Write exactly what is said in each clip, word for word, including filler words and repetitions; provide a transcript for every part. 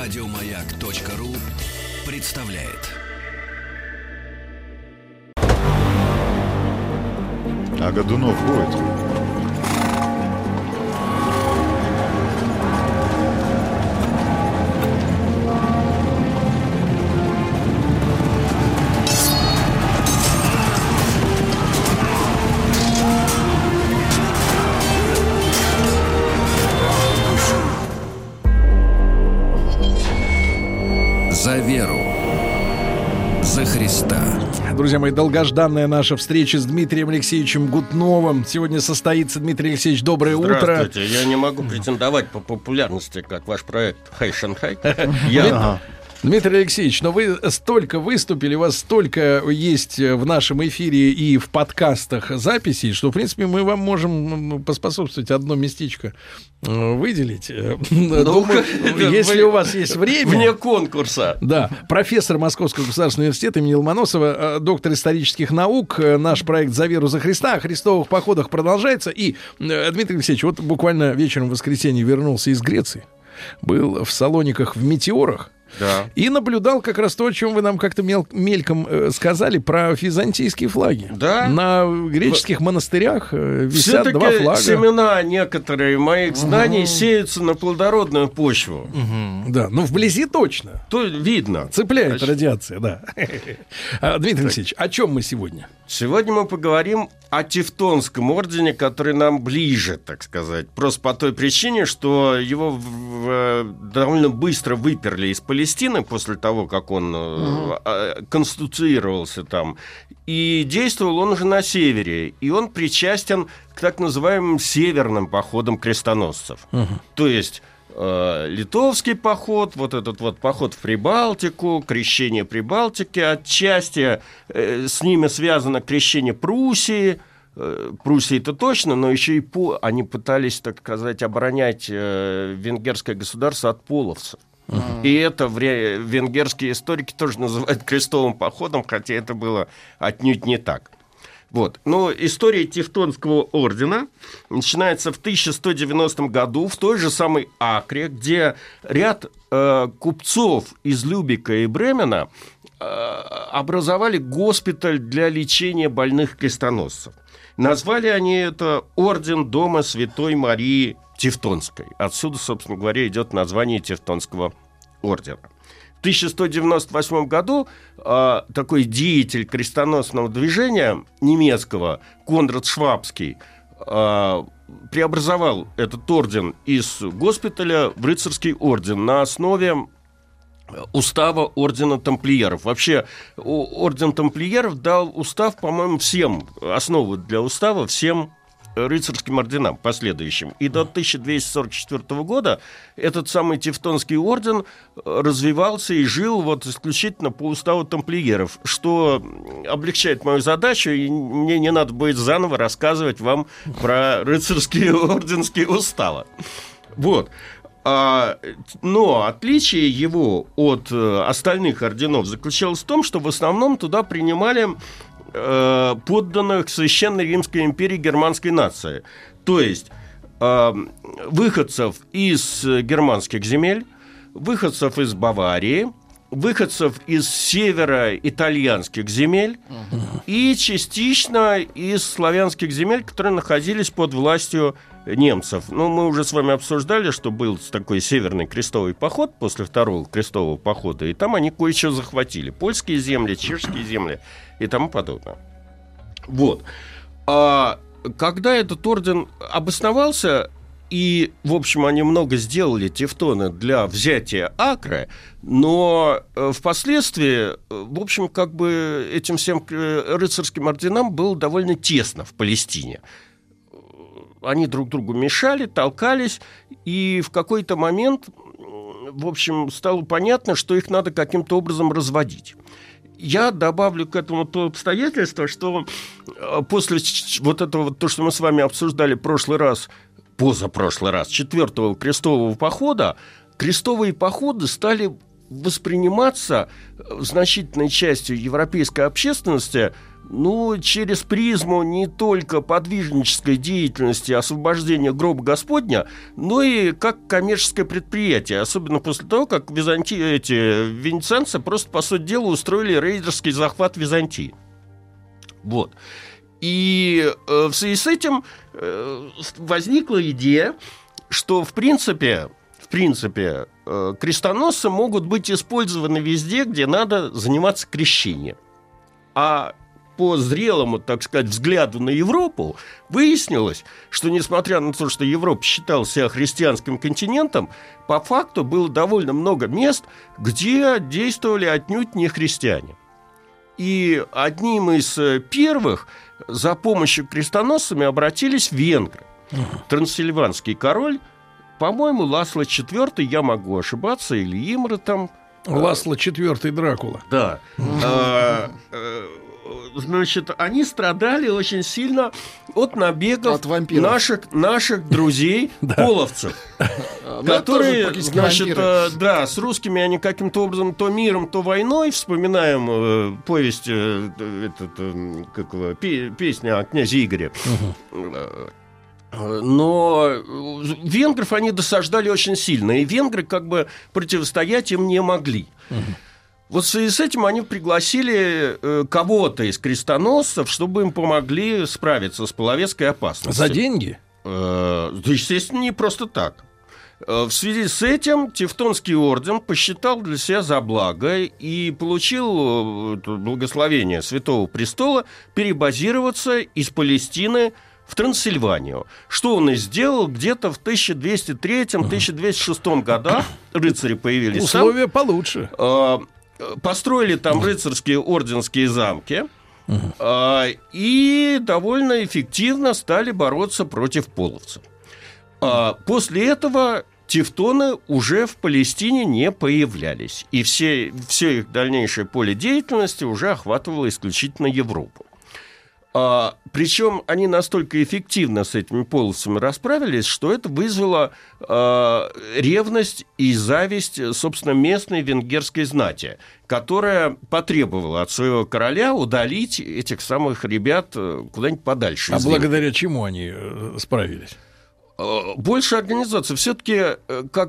Радиомаяк.ру представляет. А Годунов будет? За веру, за Христа. Друзья мои, долгожданная наша встреча с Дмитрием Алексеевичем Гутновым сегодня состоится. Дмитрий Алексеевич, доброе утро. Здравствуйте. Я не могу претендовать по популярности, как ваш проект «Хай Шанхай». Я... Дмитрий Алексеевич, но вы столько выступили, у вас столько есть в нашем эфире и в подкастах записей, что, в принципе, мы вам можем поспособствовать одно местечко выделить. Думаю, если у вас есть время... Вне конкурса. Да. Профессор Московского государственного университета имени Ломоносова, доктор исторических наук. Наш проект «За веру, за Христа» о христовых походах продолжается. И, Дмитрий Алексеевич, вот буквально вечером в воскресенье вернулся из Греции. Был в Салониках в «Метеорах». Да. И наблюдал как раз то, о чем вы нам как-то мел- мельком э, сказали, про византийские флаги. Да. На греческих монастырях э, висят Все-таки два флага. семена некоторые моих знаний угу. сеются на плодородную почву. Угу. Да, ну вблизи точно. То видно. Цепляет Значит... радиация, да. Дмитрий Алексеевич, о чем мы сегодня? Сегодня мы поговорим о Тевтонском ордене, который нам ближе, так сказать. Просто по той причине, что его в, в, довольно быстро выперли из Палестины после того, как он угу. конституировался там. И действовал он уже на севере. И он причастен к так называемым северным походам крестоносцев. Угу. То есть... литовский поход, вот этот вот поход в Прибалтику, крещение Прибалтики, отчасти э, с ними связано крещение Пруссии. Э, Пруссии это точно, но еще и по... они пытались, так сказать, оборонять э, венгерское государство от половцев. Uh-huh. И это вре... венгерские историки тоже называют крестовым походом, хотя это было отнюдь не так. Вот. Но история Тевтонского ордена начинается в тысяча сто девяностом году в той же самой Акре, где ряд э, купцов из Любека и Бремена э, образовали госпиталь для лечения больных крестоносцев. Назвали они это Орден Дома Святой Марии Тевтонской. Отсюда, собственно говоря, идет название Тевтонского ордена. В тысяча сто девяносто восьмом году э, такой деятель крестоносного движения немецкого Конрад Швабский э, преобразовал этот орден из госпиталя в рыцарский орден на основе устава ордена тамплиеров. Вообще, орден тамплиеров дал устав, по-моему, всем, основу для устава всем рыцарским орденам последующим. И до тысяча двести сорок четвёртого года этот самый Тевтонский орден развивался и жил вот исключительно по уставу тамплиеров, что облегчает мою задачу, и мне не надо будет заново рассказывать вам про рыцарские орденские уставы. Вот. А, но отличие его от остальных орденов заключалось в том, что в основном туда принимали подданных Священной Римской империи германской нации. То есть э, выходцев из германских земель, выходцев из Баварии, выходцев из североитальянских земель uh-huh. и частично из славянских земель, которые находились под властью немцев. Ну, мы уже с вами обсуждали, что был такой северный крестовый поход после второго крестового похода, и там они кое-что захватили. Польские земли, чешские земли и тому подобное. Вот. А когда этот орден обосновался, и, в общем, они много сделали, тевтоны, для взятия Акры, но впоследствии, в общем, как бы этим всем рыцарским орденам было довольно тесно в Палестине. Они друг другу мешали, толкались, и в какой-то момент, в общем, стало понятно, что их надо каким-то образом разводить. Я добавлю к этому то обстоятельство, что после вот этого, то, что мы с вами обсуждали в прошлый раз, позапрошлый раз, четвертого крестового похода, крестовые походы стали восприниматься значительной частью европейской общественности ну, через призму не только подвижнической деятельности освобождения гроба Господня, но и как коммерческое предприятие, особенно после того, как Византи... эти венецианцы просто, по сути дела, устроили рейдерский захват Византии. Вот. И э, в связи с этим э, возникла идея, что, в принципе, в принципе э, крестоносцы могут быть использованы везде, где надо заниматься крещением. А по зрелому, так сказать, взгляду на Европу выяснилось, что, несмотря на то, что Европа считала себя христианским континентом, по факту было довольно много мест, где действовали отнюдь не христиане. И одним из первых за помощью к крестоносцам обратились венгры. Трансильванский король, по-моему, Ласло четвёртый, я могу ошибаться, или Имра там... Ласло четвёртый Дракула. Да. Значит, они страдали очень сильно от набегов от вампиров. наших, наших друзей, половцев, которые, значит, да, с русскими они каким-то образом то миром, то войной. Вспоминаем повесть, песня о князе Игоре. Но венгров они досаждали очень сильно, и венгры как бы противостоять им не могли. Вот в связи с этим они пригласили э, кого-то из крестоносцев, чтобы им помогли справиться с половецкой опасностью. За деньги? Э, да, естественно, не просто так. Э, в связи с этим Тевтонский орден посчитал для себя за благо и получил э, благословение Святого Престола перебазироваться из Палестины в Трансильванию. Что он и сделал где-то в тысяча двести третьем — тысяча двести шестом годах. Рыцари появились там. Условия получше. Э, Построили там рыцарские орденские замки uh-huh. и довольно эффективно стали бороться против половцев. После этого тевтоны уже в Палестине не появлялись, и все, все их дальнейшее поле деятельности уже охватывало исключительно Европу. А, причем они настолько эффективно с этими половцами расправились, что это вызвало а, ревность и зависть, собственно, местной венгерской знати, которая потребовала от своего короля удалить этих самых ребят куда-нибудь подальше. А благодаря чему они справились? Больше организации. Все-таки как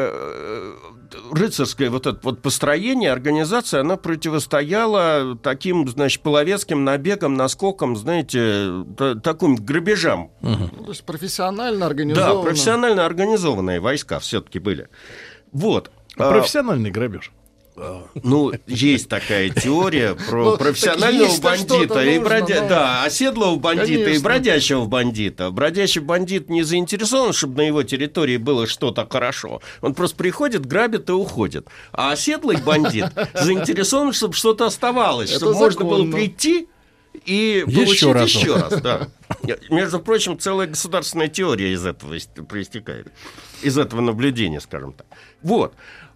бы рыцарское вот это вот построение, организация, она противостояла таким, значит, половецким набегам, наскокам, знаете, т- таким грабежам. Угу. То есть профессионально организованные. Да, профессионально организованные войска все-таки были. Вот. Профессиональный грабеж. Ну, есть такая теория про ну, профессионального бандита и бродя... но... да, оседлого бандита. Конечно. И бродячего бандита. Бродячий бандит не заинтересован, чтобы на его территории было что-то хорошо. Он просто приходит, грабит и уходит. А оседлый бандит заинтересован, чтобы что-то оставалось, это чтобы законно. Можно было прийти и получить еще раз. Еще раз да. Между прочим, целая государственная теория из этого проистекает. Из этого наблюдения, скажем так. Вот.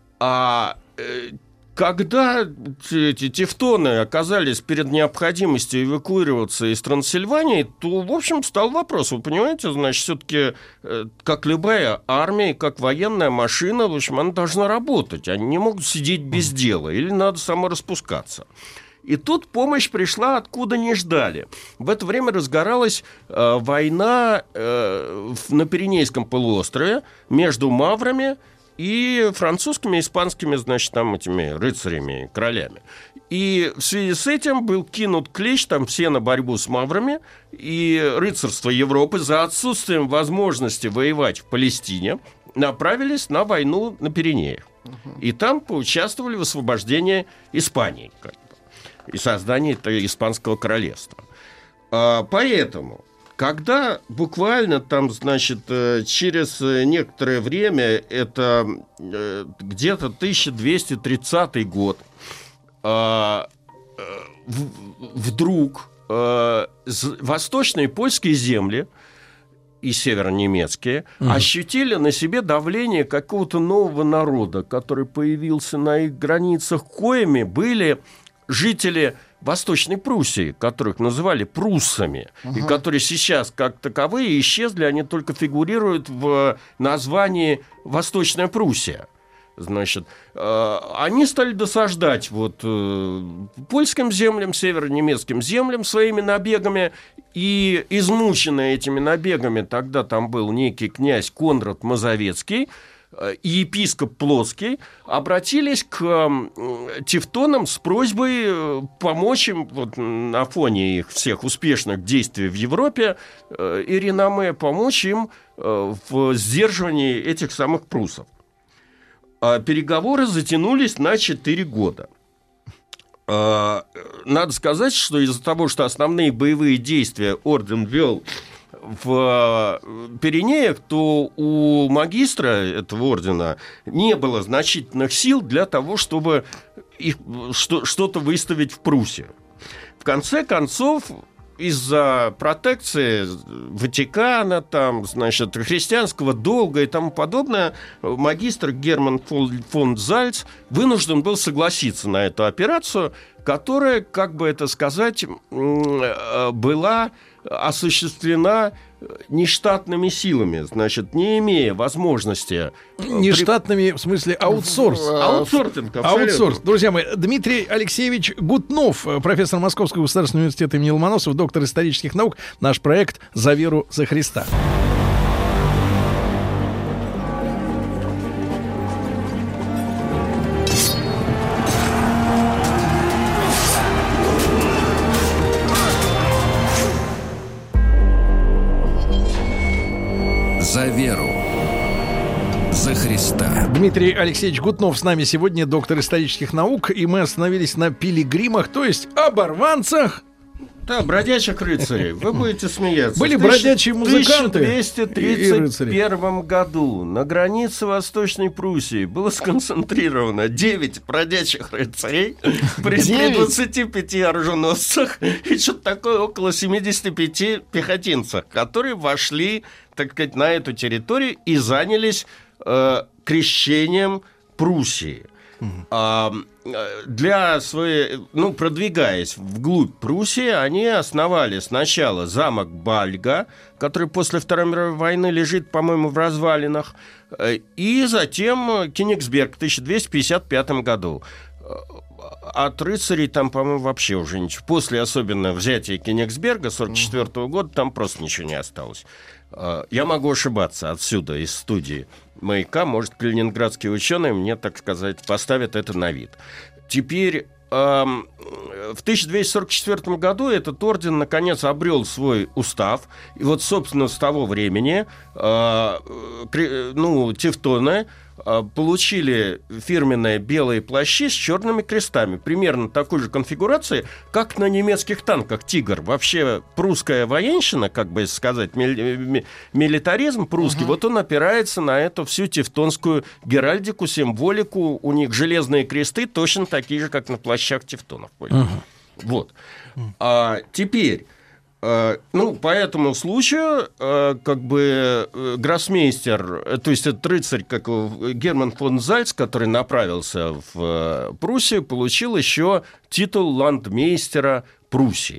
А когда эти тевтоны оказались перед необходимостью эвакуироваться из Трансильвании, то, в общем, стал вопрос. Вы понимаете, значит, все-таки, как любая армия, как военная машина, в общем, она должна работать. Они не могут сидеть без дела, или надо самораспускаться. И тут помощь пришла, откуда не ждали. В это время разгоралась э, война э, на Пиренейском полуострове между маврами и французскими, испанскими, значит, там этими рыцарями, королями. И в связи с этим был кинут клич там все на борьбу с маврами, и рыцарство Европы за отсутствием возможности воевать в Палестине направились на войну на Пиренеях. И там поучаствовали в освобождении Испании как бы, и создании Испанского королевства. А, поэтому... Когда буквально там, значит, через некоторое время, это где-то тысяча двести тридцатый год, вдруг восточные польские земли и северонемецкие mm-hmm. ощутили на себе давление какого-то нового народа, который появился на их границах, коими были жители Восточной Пруссии, которых называли пруссами, uh-huh. и которые сейчас как таковые исчезли, они только фигурируют в названии Восточная Пруссия. Значит, они стали досаждать вот польским землям, северонемецким землям своими набегами, и измученные этими набегами тогда там был некий князь Конрад Мазовецкий и епископ Плотский, обратились к тевтонам с просьбой помочь им вот, на фоне их всех успешных действий в Европе и реноме, помочь им в сдерживании этих самых пруссов. Переговоры затянулись на четыре года. Надо сказать, что из-за того, что основные боевые действия орден вел в Пиренеях, то у магистра этого ордена не было значительных сил для того, чтобы их, что, что-то выставить в Пруссию. В конце концов, из-за протекции Ватикана, там, значит, христианского долга и тому подобное, магистр Герман фон Зальц вынужден был согласиться на эту операцию, которая, как бы это сказать, была осуществлена нештатными силами, значит, не имея возможности... Нештатными, в смысле, аутсорс. Аутсорсинг, абсолютно. Аутсорс. Друзья мои, Дмитрий Алексеевич Гутнов, профессор Московского государственного университета имени Ломоносова, доктор исторических наук. Наш проект «За веру, за Христа». За веру, за Христа. Дмитрий Алексеевич Гутнов с нами сегодня, доктор исторических наук, и мы остановились на пилигримах, то есть оборванцах. Да, бродячих рыцарей. Вы будете смеяться. Были бродячие музыканты. В тысяча двести тридцать первом году на границе Восточной Пруссии было сконцентрировано девять бродячих рыцарей при двадцати пяти оруженосцах и что-то такое около семидесяти пяти пехотинцах, которые вошли, так сказать, на эту территорию и занялись э, крещением Пруссии. А, для своей, ну, продвигаясь вглубь Пруссии, они основали сначала замок Бальга, который после Второй мировой войны лежит, по-моему, в развалинах, и затем Кёнигсберг в тысяча двести пятьдесят пятом году. От рыцарей там, по-моему, вообще уже ничего. После особенно взятия Кёнигсберга сорок четвёртого года там просто ничего не осталось. Я могу ошибаться отсюда, из студии «Маяка». Может, калининградские ученые мне, так сказать, поставят это на вид. Теперь эм, в тысяча двести сорок четвёртом году этот орден, наконец, обрел свой устав. И вот, собственно, с того времени э, кре, ну, тевтоны э, получили фирменные белые плащи с черными крестами. Примерно такой же конфигурации, как на немецких танках «Тигр». Вообще прусская военщина, как бы сказать, ми- милитаризм прусский, uh-huh. вот он опирается на эту всю тевтонскую геральдику, символику. У них железные кресты точно такие же, как на плащах тевтонов. Uh-huh. Вот. Uh-huh. А теперь... Ну, по этому случаю, как бы, гроссмейстер, то есть этот рыцарь, как Герман фон Зальц, который направился в Пруссию, получил еще титул ландмейстера Пруссии.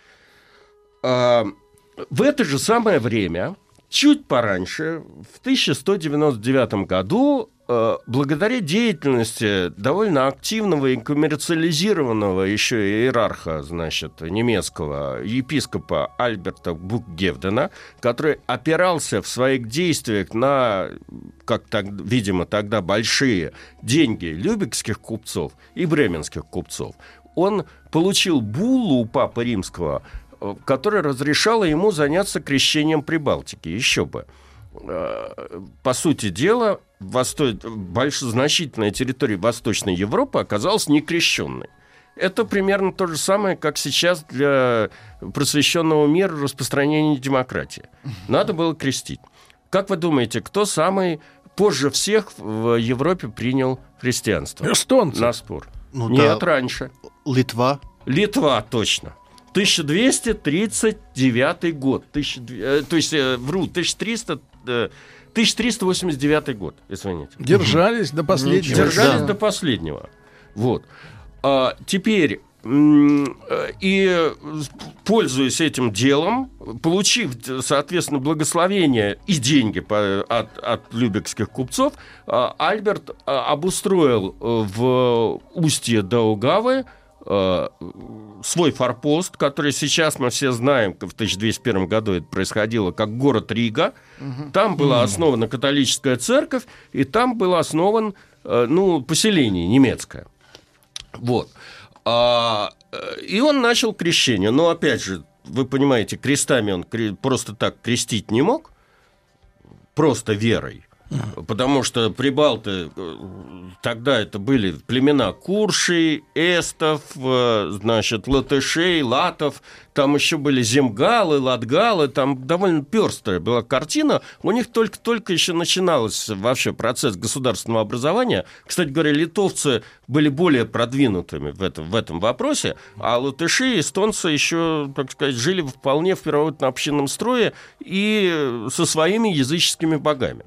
В это же самое время, чуть пораньше, в тысяча сто девяносто девятом году, благодаря деятельности довольно активного и коммерциализированного еще иерарха, значит, немецкого епископа Альберта Букгевдена, который опирался в своих действиях на, как так, видимо, тогда большие деньги любекских купцов и бременских купцов, он получил буллу у Папы Римского, которая разрешала ему заняться крещением Прибалтики. Еще бы. По сути дела, восто... больш... значительная территория Восточной Европы оказалась некрещенной. Это примерно то же самое, как сейчас для просвещенного мира распространение демократии. Надо было крестить. Как вы думаете, кто самый позже всех в Европе принял христианство? Эстонцы. На спор. Ну, Нет, да. раньше. Литва. Литва, точно. тысяча двести тридцать девятый год. Тысяча... То есть, вру, тысяча триста... тысяча триста восемьдесят девятый год, извините. Держались до последнего. Держались да. до последнего. Вот. А, теперь И, пользуясь этим делом, получив, соответственно, благословение и деньги от, от любекских купцов, Альберт обустроил в устье Даугавы свой форпост, который сейчас мы все знаем, в тысяча двести первом году это происходило, как город Рига. Угу. Там была основана католическая церковь, и там было основано, ну, поселение немецкое. Вот. И он начал крещение. Но, опять же, вы понимаете, крестами он просто так крестить не мог, просто верой. Потому что прибалты тогда это были племена куршей, эстов, значит, латышей, латов, там еще были земгалы, латгалы, там довольно пестрая была картина. У них только-только еще начиналось вообще процесс государственного образования. Кстати говоря, литовцы были более продвинутыми в этом, в этом вопросе, а латыши и эстонцы еще, так сказать, жили вполне в первобытно-общинном строе и со своими языческими богами.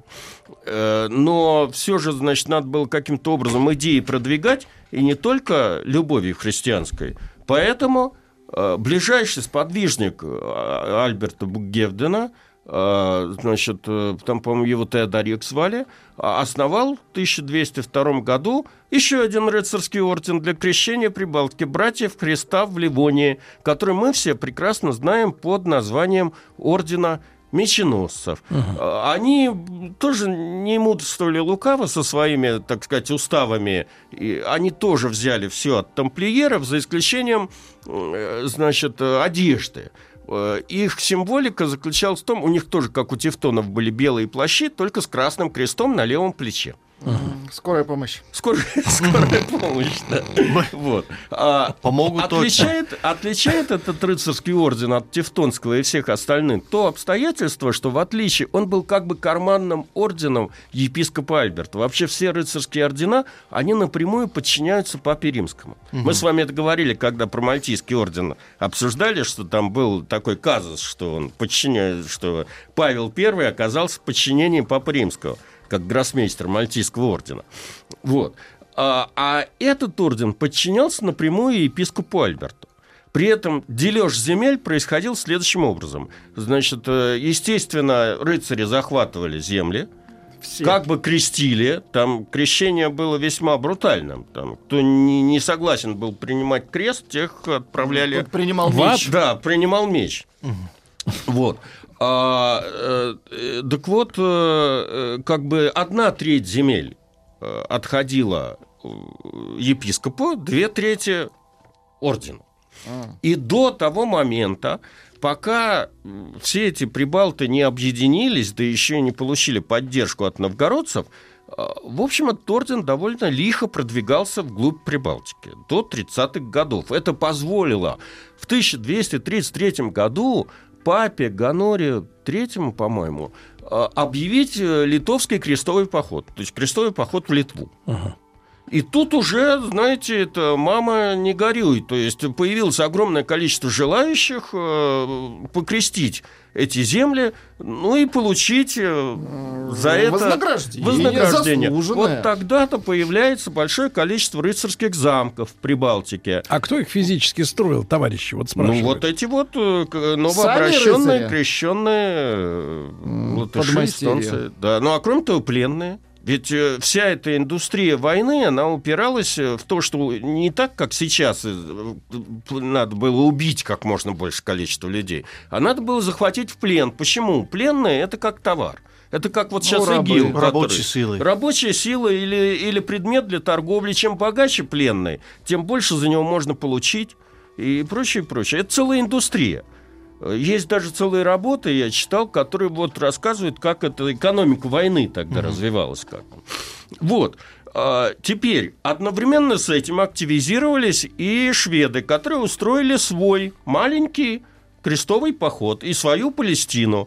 Но все же, значит, надо было каким-то образом идеи продвигать, и не только любовью христианской. Поэтому ближайший сподвижник Альберта Буггевдена, значит, там, по-моему, его Теодорик звали, основал в тысяча двести втором году еще один рыцарский орден для крещения Прибалтики, братьев Христа в Ливонии, который мы все прекрасно знаем под названием Ордена меченосцев. Uh-huh. Они тоже не мудрствовали лукаво со своими, так сказать, уставами. И они тоже взяли все от тамплиеров, за исключением, значит, одежды. Их символика заключалась в том, у них тоже, как у тевтонов, были белые плащи, только с красным крестом на левом плече. Uh-huh. Скорая помощь. Скорая, скорая помощь, да. Вот. А, Помогут отличает, точно. Отличает этот рыцарский орден от тевтонского и всех остальных то обстоятельство, что в отличие он был как бы карманным орденом епископа Альберта. Вообще все рыцарские ордена, они напрямую подчиняются папе римскому. Uh-huh. Мы с вами это говорили, когда про Мальтийский орден обсуждали, что там был такой казус, что он подчиняет, что Павел Первый оказался в подчинении папы римского, как гроссмейстер Мальтийского ордена. Вот. А, а этот орден подчинялся напрямую епископу Альберту. При этом дележ земель происходил следующим образом. Значит, естественно, рыцари захватывали земли, все. Как бы крестили. Там крещение было весьма брутальным. Там, кто не, не согласен был принимать крест, тех отправляли... Тот принимал меч. Да, принимал меч. Угу. Вот. А, э, так вот, э, как бы одна треть земель э, отходила епископу, две трети ордену. А. И до того момента, пока все эти прибалты не объединились, да еще и не получили поддержку от новгородцев, э, в общем, этот орден довольно лихо продвигался вглубь Прибалтики до тридцатых годов. Это позволило в тысяча двести тридцать третьем году папе Гонорию Третьему, по-моему, объявить литовский крестовый поход, то есть крестовый поход в Литву. Uh-huh. И тут уже, знаете, это мама не горюй, то есть появилось огромное количество желающих покрестить эти земли, ну и получить за это вознаграждение. вознаграждение. Вот тогда-то появляется большое количество рыцарских замков в Прибалтике. А кто их физически строил, товарищи? Вот спрашивают. Ну вот эти вот новообращенные, крещенные латыши, эстонцы. Да. Ну а кроме того, пленные. Ведь вся эта индустрия войны, она упиралась в то, что не так, как сейчас надо было убить как можно больше количества людей, а надо было захватить в плен. Почему? Пленные – это как товар. Это как вот сейчас ну, ИГИЛ. Который... Рабочие силы. Рабочая сила или, или предмет для торговли. Чем богаче пленный, тем больше за него можно получить и прочее, прочее. Это целая индустрия. Есть даже целые работы, я читал, которые вот рассказывают, как эта экономика войны тогда mm-hmm. развивалась. Как. Вот. А теперь одновременно с этим активизировались и шведы, которые устроили свой маленький крестовый поход и свою Палестину.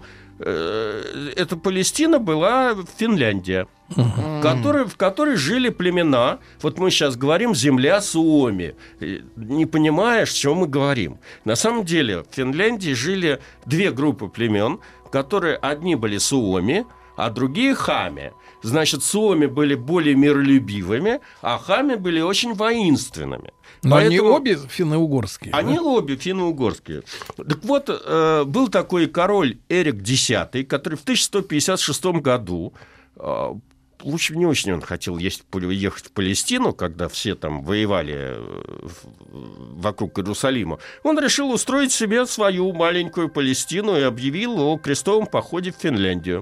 Эта Палестина была Финляндия, uh-huh. который, в которой жили племена. Вот мы сейчас говорим «земля Суоми», не понимаешь, о чем мы говорим. На самом деле в Финляндии жили две группы племен, которые одни были Суоми, а другие хами. Значит, суоми были более миролюбивыми, а хами были очень воинственными. Но Поэтому... они обе финно-угорские. Они да? обе финно-угорские. Так вот, э, был такой король Эрик X, который в тысяча сто пятьдесят шестом году, э, лучше не очень он хотел ехать в Палестину, когда все там воевали вокруг Иерусалима, он решил устроить себе свою маленькую Палестину и объявил о крестовом походе в Финляндию.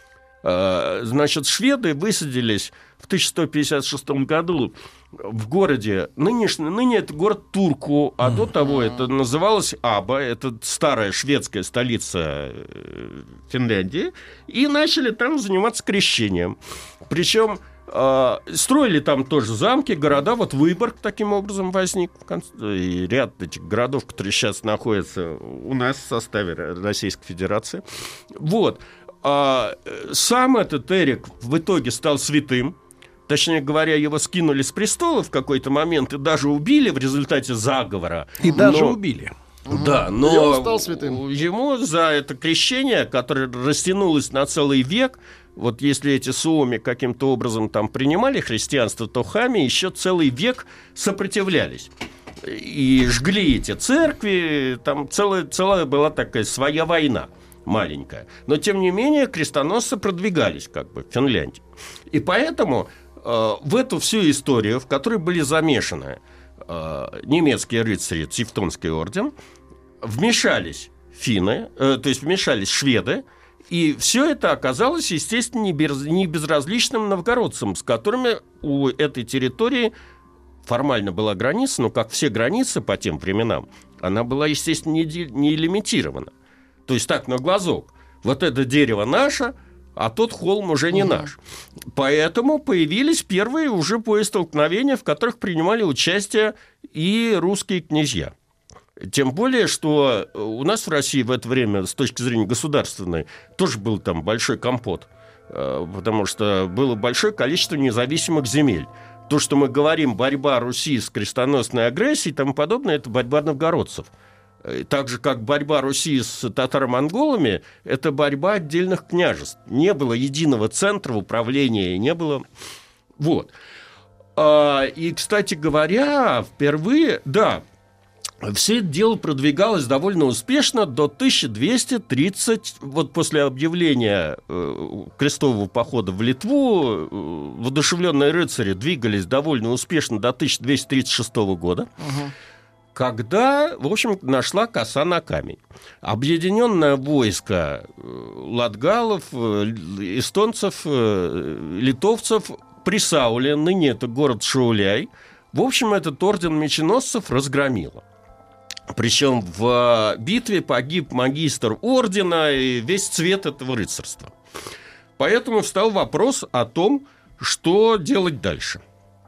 Значит, шведы высадились в тысяча сто пятьдесят шестом году в городе, нынешний, ныне это город Турку, а до того это называлось Аба, это старая шведская столица Финляндии, и начали там заниматься крещением. Причем э, строили там тоже замки, города, вот Выборг таким образом возник, и ряд этих городов, которые сейчас находятся у нас в составе Российской Федерации. Вот. А сам этот Эрик в итоге стал святым. Точнее говоря, его скинули с престола в какой-то момент и даже убили в результате заговора. И но... даже убили. Да, но и он стал святым. Ему за это крещение, которое растянулось на целый век, вот если эти суоми каким-то образом там принимали христианство, то хами еще целый век сопротивлялись. И жгли эти церкви, там целая, целая была такая своя война. Маленькая. Но, тем не менее, крестоносцы продвигались как бы в Финляндии. И поэтому э, в эту всю историю, в которой были замешаны э, немецкие рыцари, Тевтонский орден, вмешались финны, э, то есть вмешались шведы, и все это оказалось, естественно, не, без, не безразличным новгородцам, с которыми у этой территории формально была граница, но, как все границы по тем временам, она была, естественно, не, не лимитирована. То есть так, на глазок. Вот это дерево наше, а тот холм уже не угу. наш. Поэтому появились первые уже боестолкновения, в которых принимали участие и русские князья. Тем более, что у нас в России в это время, с точки зрения государственной, тоже был там большой компот. Потому что было большое количество независимых земель. То, что мы говорим, борьба Руси с крестоносной агрессией и тому подобное, это борьба новгородцев. Так же, как борьба Руси с татаро-монголами, это борьба отдельных княжеств. Не было единого центра управления, не было... Вот. И, кстати говоря, впервые, да, все это дело продвигалось довольно успешно до тысяча двести тридцать... Вот после объявления крестового похода в Литву воодушевленные рыцари двигались довольно успешно до тысяча двести тридцать шестого года. Угу. Когда, в общем, нашла коса на камень. Объединенное войско латгалов, эстонцев, литовцев при Сауле, ныне это город Шауляй, в общем, этот орден меченосцев разгромило. Причем в битве погиб магистр ордена и весь цвет этого рыцарства. Поэтому встал вопрос о том, что делать дальше.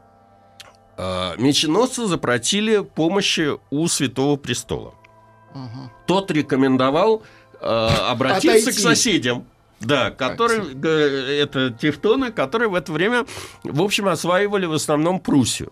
Меченосцы запросили помощи у Святого Престола. Угу. Тот рекомендовал э, обратиться Отойти. к соседям, да, которые, э, это тевтоны, которые в это время, в общем, осваивали в основном Пруссию.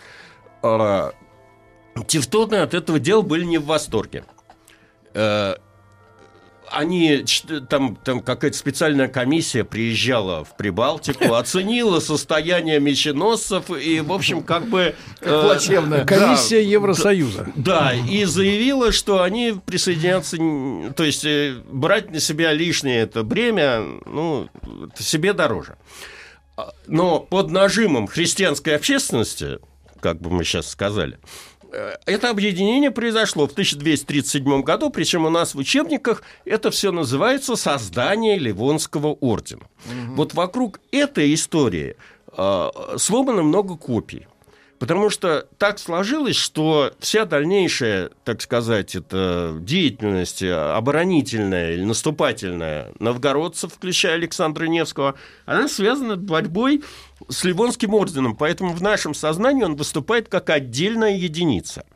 Э, тевтоны от этого дела были не в восторге. Э, Они, там, там какая-то специальная комиссия приезжала в Прибалтику, оценила состояние меченосцев и, в общем, как бы... Э, Плачевная. Комиссия да, Евросоюза. Да, и заявила, что они присоединятся... То есть брать на себя лишнее это бремя, ну, себе дороже. Но под нажимом христианской общественности, как бы мы сейчас сказали, это объединение произошло в тысяча двести тридцать седьмом году, причем у нас в учебниках это все называется «Создание Ливонского ордена». Угу. Вот вокруг этой истории э, сломано много копий. Потому что так сложилось, что вся дальнейшая, так сказать, это деятельность оборонительная или наступательная новгородцев, включая Александра Невского, она связана с борьбой с Ливонским орденом. Поэтому в нашем сознании он выступает как отдельная единица.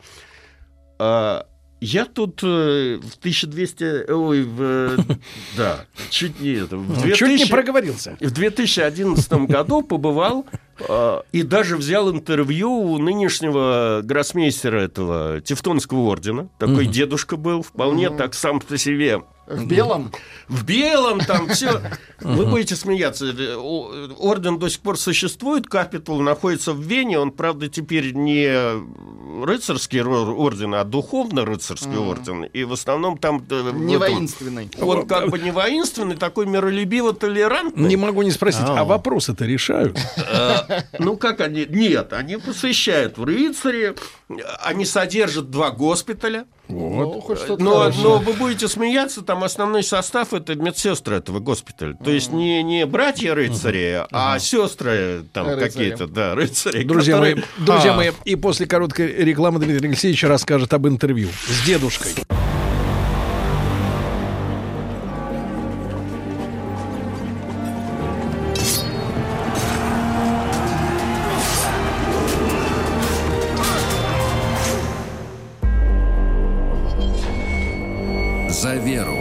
Я тут в тысяча двести... Ой, в, да, чуть не это... В две тысячи, чуть не проговорился. В две тысячи одиннадцатом году побывал э, и даже взял интервью у нынешнего гроссмейстера этого Тевтонского ордена. Такой угу. дедушка был, вполне угу. так сам по себе В белом? В белом там все. Вы будете смеяться. Орден до сих пор существует, капитул находится в Вене. Он, правда, теперь не рыцарский орден, а духовно-рыцарский mm. орден. И в основном там... Не воинственный. Он как бы не воинственный, такой миролюбиво-толерантный. Не могу не спросить, а вопросы-то решают? Ну, как они... Нет, они посвящают в рыцари. Они содержат два госпиталя. Вот. Но, но вы будете смеяться, там основной состав — это медсестры этого госпиталя. То есть не, не братья-рыцари, а сестры там какие-то, да, рыцари. Друзья которые... мои, друзья а. мои, и после короткой рекламы Дмитрий Алексеевич расскажет об интервью с дедушкой. За веру.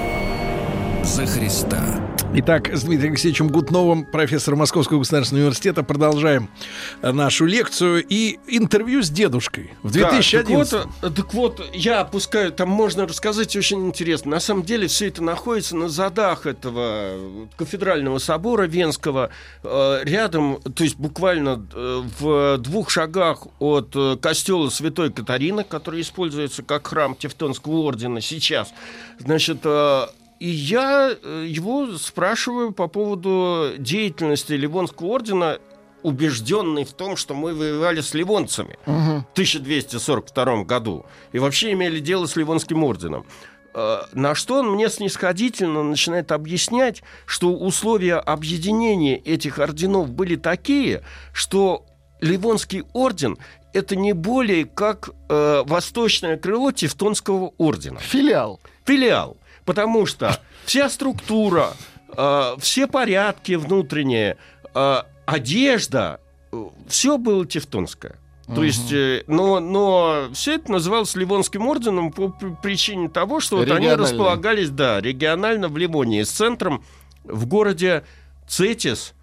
За Христа. Итак, с Дмитрием Алексеевичем Гутновым, профессором Московского государственного университета, продолжаем нашу лекцию и интервью с дедушкой в две тысячи одиннадцатом. Да, так, вот, так вот, я опускаю, там можно рассказать очень интересно. На самом деле все это находится на задах этого кафедрального собора Венского, э, рядом, то есть буквально э, в двух шагах от э, костела Святой Катарины, который используется как храм Тевтонского ордена сейчас. Значит, э, И я его спрашиваю по поводу деятельности Ливонского ордена, убежденный в том, что мы воевали с ливонцами угу. в тысяча двести сорок втором году и вообще имели дело с Ливонским орденом. На что он мне снисходительно начинает объяснять, что условия объединения этих орденов были такие, что Ливонский орден — это не более как э, восточное крыло Тевтонского ордена. Филиал. Филиал. Потому что вся структура, э, все порядки внутренние, э, одежда, э, все было тевтонское. Uh-huh. То есть, э, но, но все это называлось Ливонским орденом по причине того, что вот они располагались, да, регионально в Ливонии, с центром в городе Цетис.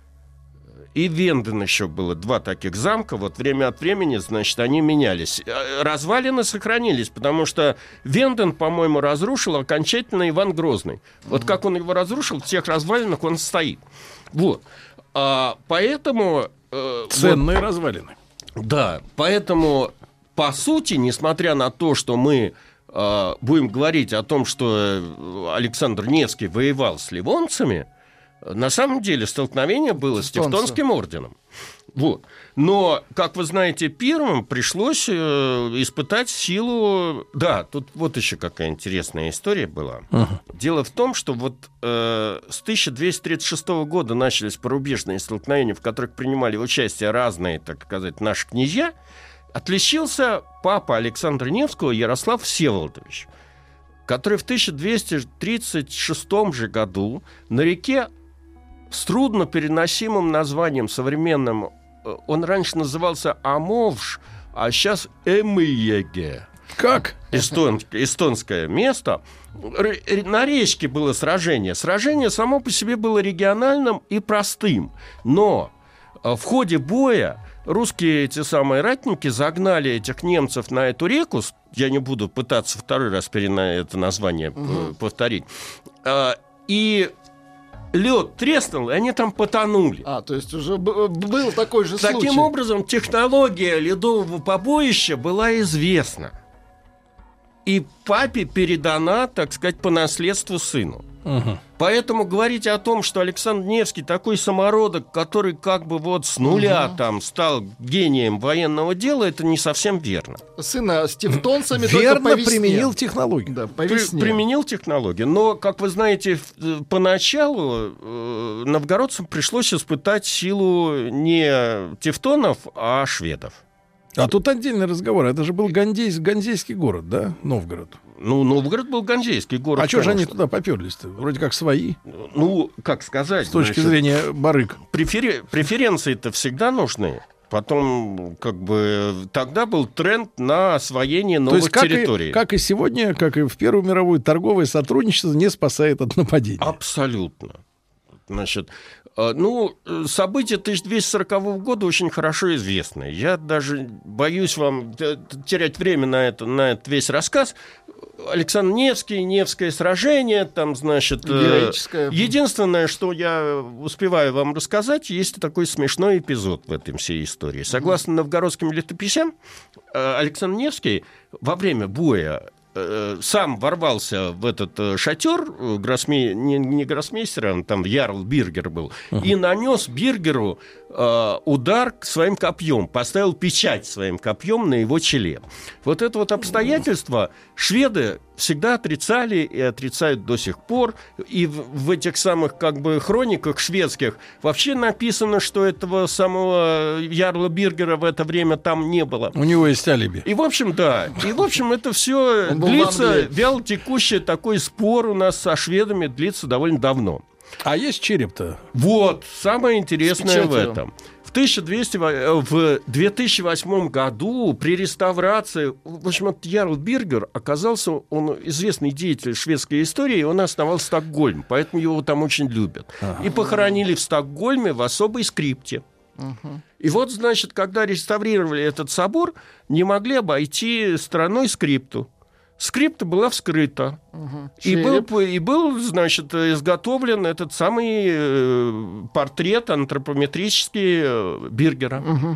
И Венден еще было два таких замка. Вот время от времени, значит, они менялись. Развалины сохранились, потому что Венден, по-моему, разрушил окончательно Иван Грозный. Mm-hmm. Вот как он его разрушил, в тех развалинах он стоит. Вот. А, поэтому... Э, Ценные вот, развалины. Да, поэтому, по сути, несмотря на то, что мы э, будем говорить о том, что Александр Невский воевал с ливонцами, на самом деле столкновение было с Тевтонским орденом. Вот. Но, как вы знаете, первым пришлось э, испытать силу... Да, тут вот еще какая интересная история была. Uh-huh. Дело в том, что вот э, с тысяча двести тридцать шестого года начались порубежные столкновения, в которых принимали участие разные, так сказать, наши князья. Отличился папа Александра Невского Ярослав Всеволодович, который в тысяча двести тридцать шестом же году на реке с труднопереносимым названием современным, он раньше назывался Амовш, а сейчас Эмиеге. Как? Эстон, эстонское место. На речке было сражение. Сражение само по себе было региональным и простым. Но в ходе боя русские эти самые ратники загнали этих немцев на эту реку. Я не буду пытаться второй раз это название угу. повторить. И лед треснул, и они там потонули. А, то есть уже б- был такой же случай. Таким образом, технология ледового побоища была известна. И папе передана, так сказать, по наследству сыну. Угу. Поэтому говорить о том, что Александр Невский такой самородок, который как бы вот с нуля угу. там стал гением военного дела, это не совсем верно. Сына с тевтонцами верно только по весне. применил технологию. Да, по При, весне. применил технологию. Но, как вы знаете, поначалу э, новгородцам пришлось испытать силу не тевтонов, а шведов. А тут отдельный разговор. Это же был Ганзей, Ганзейский город, да? Новгород. Ну, Новгород был Ганзейский город. А что же они туда поперлись-то? Вроде как свои. Ну, как сказать. С точки значит, зрения барыг. Префери... Преференции-то всегда нужны. Потом, как бы, тогда был тренд на освоение новых То есть, как территорий. И, как и сегодня, как и в Первую мировую, торговое сотрудничество не спасает от нападения. Абсолютно. Значит, ну, события тысяча двести сорокового года очень хорошо известны. Я даже боюсь вам терять время на, это, на этот весь рассказ. Александр Невский, Невское сражение, там, значит... Героическое. Единственное, что я успеваю вам рассказать, есть такой смешной эпизод в этой всей истории. Согласно новгородским летописям, Александр Невский во время боя сам ворвался в этот шатер, гроссме... не, не гроссмейстера, он там ярл Биргер был, uh-huh. и нанес Биргеру э, удар своим копьем, поставил печать своим копьем на его челе. Вот это вот обстоятельство шведы всегда отрицали и отрицают до сих пор. И в, в этих самых как бы хрониках шведских вообще написано, что этого самого ярла Биргера в это время там не было. У него есть алиби. И в общем, да. И в общем, это все длится, вялотекущий такой спор у нас со шведами длится довольно давно. А есть череп-то? Вот, самое интересное в этом. В, тысяча двести, в две тысячи восьмом году при реставрации, в общем, этот ярл Биргер оказался, он известный деятель шведской истории, он основал Стокгольм, поэтому его там очень любят. Ага. И похоронили в Стокгольме в особой скрипте. Угу. И вот, значит, когда реставрировали этот собор, не могли обойти стороной скрипту. Скрипта была вскрыта. Угу. И, был, и был, значит, изготовлен этот самый э, портрет антропометрический э, Биргера. Угу.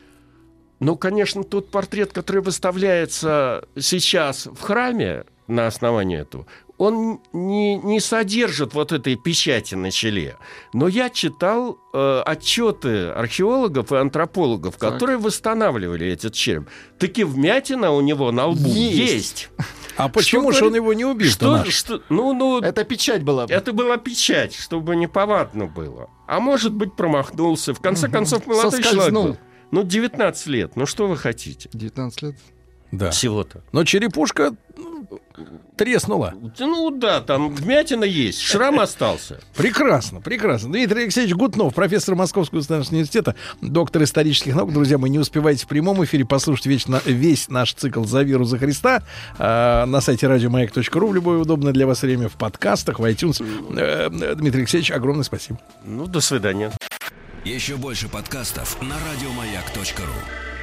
Ну, конечно, тот портрет, который выставляется сейчас в храме на основании этого, он не, не содержит вот этой печати на челе. Но я читал э, отчеты археологов и антропологов, так. которые восстанавливали этот череп. Таки вмятина у него на лбу есть. есть. А почему же он его не убил? Что, что, ну, ну, это печать была. Это была печать, чтобы неповадно было. А может быть, промахнулся. В конце угу. концов, молодой человек был. Ну, девятнадцать лет. Ну, что вы хотите? девятнадцать лет? Да. Всего-то. Но черепушка треснула. Ну да, там вмятина есть, шрам остался. Прекрасно, прекрасно. Дмитрий Алексеевич Гутнов, профессор Московского государственного университета, доктор исторических наук. Друзья мои, не успевайте в прямом эфире послушать вечно, весь наш цикл «За веру, за Христа» э, на сайте радиомаяк точка ру в любое удобное для вас время, в подкастах, в iTunes. Э, Дмитрий Алексеевич, огромное спасибо. Ну, до свидания. Еще больше подкастов на радиомаяк точка ру.